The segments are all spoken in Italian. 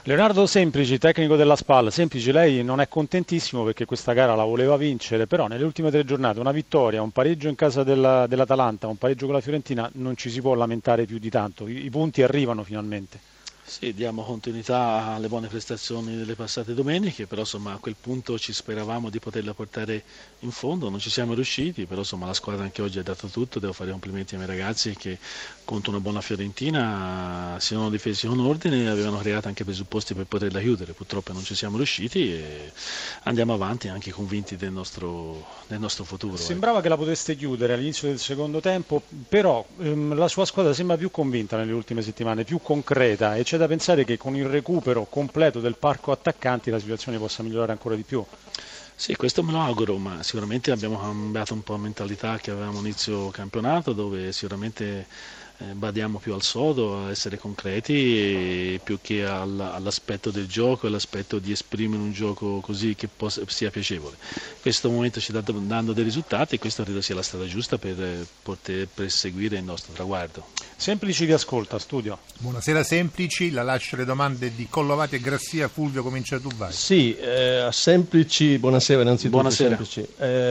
Leonardo Semplici, tecnico della SPAL. Semplici, lei non è contentissimo perché questa gara la voleva vincere, però nelle ultime 3 giornate una vittoria, un pareggio in casa dell'Atalanta, un pareggio con la Fiorentina, non ci si può lamentare più di tanto. I punti arrivano finalmente. Sì, diamo continuità alle buone prestazioni delle passate domeniche, però insomma a quel punto ci speravamo di poterla portare in fondo, non ci siamo riusciti, però insomma la squadra anche oggi ha dato tutto, devo fare complimenti ai miei ragazzi che contro una buona Fiorentina si sono difesi con ordine e avevano creato anche presupposti per poterla chiudere, purtroppo non ci siamo riusciti e andiamo avanti anche convinti del nostro futuro. Sembrava che la poteste chiudere all'inizio del secondo tempo, però la sua squadra sembra più convinta nelle ultime settimane, più concreta e c'è da pensare che con il recupero completo del parco attaccanti la situazione possa migliorare ancora di più. Sì, questo me lo auguro, ma sicuramente abbiamo cambiato un po' la mentalità che avevamo inizio campionato, dove sicuramente badiamo più al sodo, a essere concreti, e più che all'aspetto del gioco, all'aspetto di esprimere un gioco così che sia piacevole. Questo momento ci sta dando dei risultati e questo credo sia la strada giusta per poter perseguire il nostro traguardo. Semplici vi ascolta, studio. Buonasera Semplici, la lascio le domande di Collovati e Grassia. Fulvio, comincia tu, vai. Sì, a Semplici, buonasera innanzitutto. Buonasera. Semplici.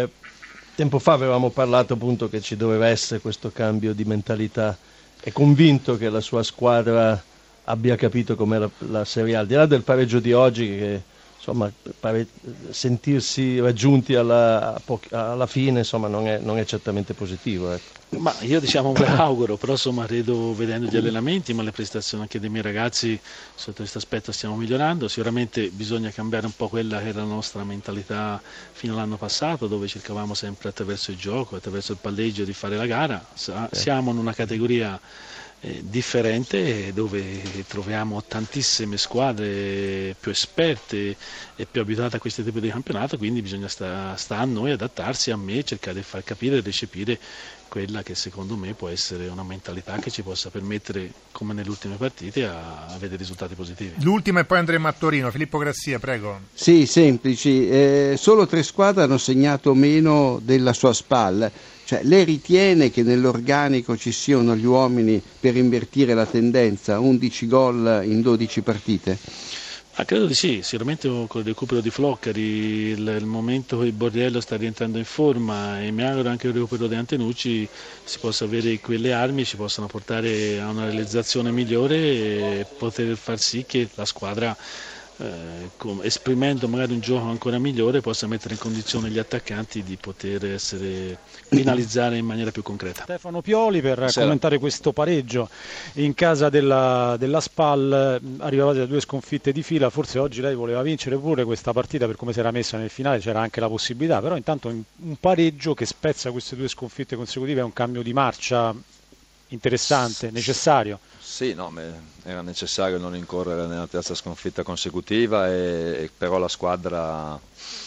Tempo fa avevamo parlato appunto che ci doveva essere questo cambio di mentalità. È convinto che la sua squadra abbia capito com'è la Serie A, al di là del pareggio di oggi, che insomma sentirsi raggiunti alla fine insomma non è certamente positivo. Ecco. Ma io me l'auguro, però insomma credo vedendo gli allenamenti, ma le prestazioni anche dei miei ragazzi sotto questo aspetto stiamo migliorando. Sicuramente bisogna cambiare un po' quella che era la nostra mentalità fino all'anno passato, dove cercavamo sempre attraverso il gioco, attraverso il palleggio di fare la gara. Siamo in una categoria differente dove troviamo tantissime squadre più esperte e più abituate a questo tipo di campionato, quindi bisogna sta a noi adattarsi, a me cercare di far capire e recepire quella che secondo me può essere una mentalità che ci possa permettere, come nelle ultime partite, a avere risultati positivi. L'ultima e poi andremo a Torino. Filippo Grassia, prego. Sì, Semplici, solo 3 squadre hanno segnato meno della sua SPAL. Cioè, lei ritiene che nell'organico ci siano gli uomini per invertire la tendenza, 11 gol in 12 partite? Credo di sì, sicuramente con il recupero di Floccari, il momento che Borriello sta rientrando in forma e mi auguro anche il recupero di Antenucci si possa avere quelle armi e ci possano portare a una realizzazione migliore e poter far sì che la squadra esprimendo magari un gioco ancora migliore possa mettere in condizione gli attaccanti di poter finalizzare in maniera più concreta. Stefano Pioli per commentare questo pareggio in casa della SPAL. Arrivavate da 2 sconfitte di fila, forse oggi lei voleva vincere pure questa partita per come si era messa nel finale, c'era anche la possibilità, però intanto un pareggio che spezza queste 2 sconfitte consecutive è un cambio di marcia interessante, necessario. Sì, no, era necessario non incorrere nella terza sconfitta consecutiva e però la squadra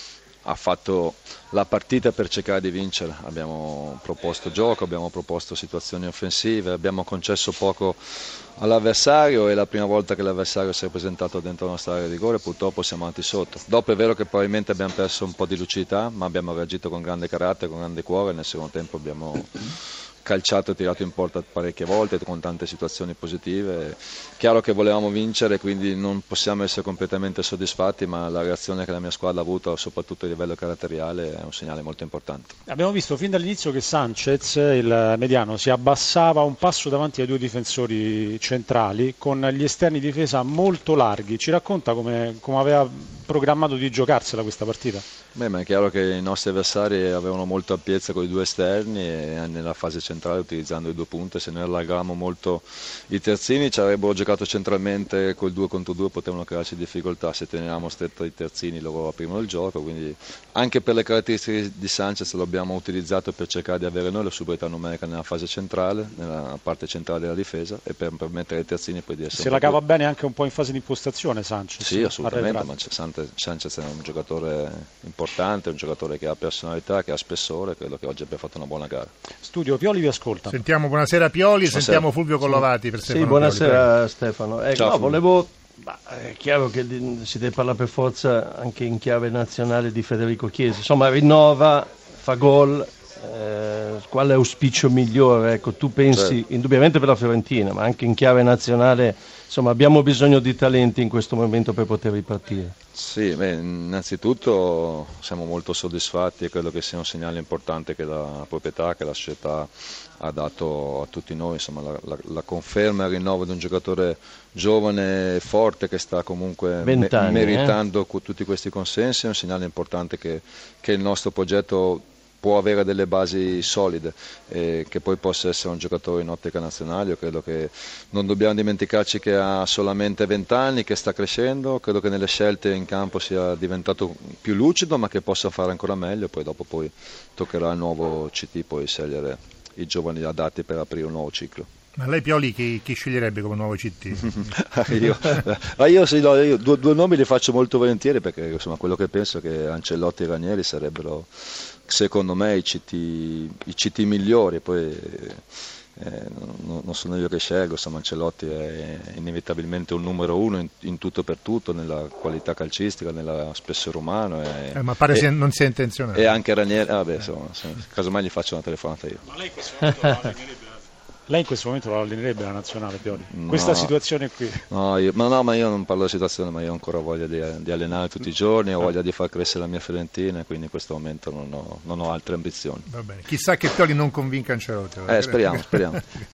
ha fatto la partita per cercare di vincere. Abbiamo proposto gioco, abbiamo proposto situazioni offensive, abbiamo concesso poco all'avversario e la prima volta che l'avversario si è presentato dentro la nostra area di rigore purtroppo siamo andati sotto. Dopo è vero che probabilmente abbiamo perso un po' di lucidità, ma abbiamo reagito con grande carattere, con grande cuore e nel secondo tempo abbiamo calciato e tirato in porta parecchie volte con tante situazioni positive. Chiaro che volevamo vincere, quindi non possiamo essere completamente soddisfatti, ma la reazione che la mia squadra ha avuto soprattutto a livello caratteriale è un segnale molto importante. Abbiamo visto fin dall'inizio che Sanchez, il mediano, si abbassava un passo davanti ai 2 difensori centrali con gli esterni di difesa molto larghi. Ci racconta come aveva programmato di giocarsela questa partita? Ma è chiaro che i nostri avversari avevano molta ampiezza con i 2 esterni e nella fase centrale utilizzando i 2 punte. Se noi allargavamo molto i terzini ci avrebbero giocato centralmente col 2 contro 2, potevano crearci difficoltà. Se tenevamo stretto i terzini loro aprivano il gioco, quindi anche per le caratteristiche di Sanchez lo abbiamo utilizzato per cercare di avere noi la superiorità numerica nella fase centrale, nella parte centrale della difesa e per permettere ai terzini poi di essere... Se la cava bene anche un po' in fase di impostazione Sanchez? Sì, assolutamente, ma Sanchez è un giocatore importante, un giocatore che ha personalità, che ha spessore, credo che oggi abbia fatto una buona gara. Studio, Pioli vi ascolta. Sentiamo, buonasera Pioli, buonasera. Sentiamo Fulvio Collovati per Stefano. Sì, buonasera Pioli, Stefano. Ciao, volevo... è chiaro che si deve parlare per forza anche in chiave nazionale di Federico Chiesa, insomma rinnova, fa gol, quale auspicio migliore? Ecco, tu pensi indubbiamente per la Fiorentina, ma anche in chiave nazionale, insomma, abbiamo bisogno di talenti in questo momento per poter ripartire. Sì, innanzitutto siamo molto soddisfatti e credo che sia un segnale importante che la proprietà, che la società ha dato a tutti noi, insomma, la conferma e il rinnovo di un giocatore giovane e forte che sta comunque meritando tutti questi consensi, è un segnale importante che il nostro progetto può avere delle basi solide, che poi possa essere un giocatore in ottica nazionale. Io credo che non dobbiamo dimenticarci che ha solamente 20 anni, che sta crescendo, credo che nelle scelte in campo sia diventato più lucido, ma che possa fare ancora meglio, poi dopo toccherà al nuovo CT poi scegliere i giovani adatti per aprire un nuovo ciclo. Ma lei, Pioli, chi sceglierebbe come nuovo CT? io due nomi li faccio molto volentieri, perché insomma quello che penso è che Ancelotti e Ranieri sarebbero secondo me i CT migliori. Poi non sono io che scelgo, insomma Ancelotti è inevitabilmente un numero uno in tutto per tutto, nella qualità calcistica, nello spessore umano, ma pare non sia intenzionato. E anche Ranieri, insomma, casomai gli faccio una telefonata io. Ma lei in questo momento Lei in questo momento lo allenerebbe la nazionale, Pioli? Questa situazione qui? Ma io non parlo di situazione, ma io ho ancora voglia di allenare tutti i giorni, ho voglia di far crescere la mia Fiorentina, e quindi in questo momento non ho altre ambizioni. Va bene. Chissà che Pioli non convinca Ancelotti. Speriamo.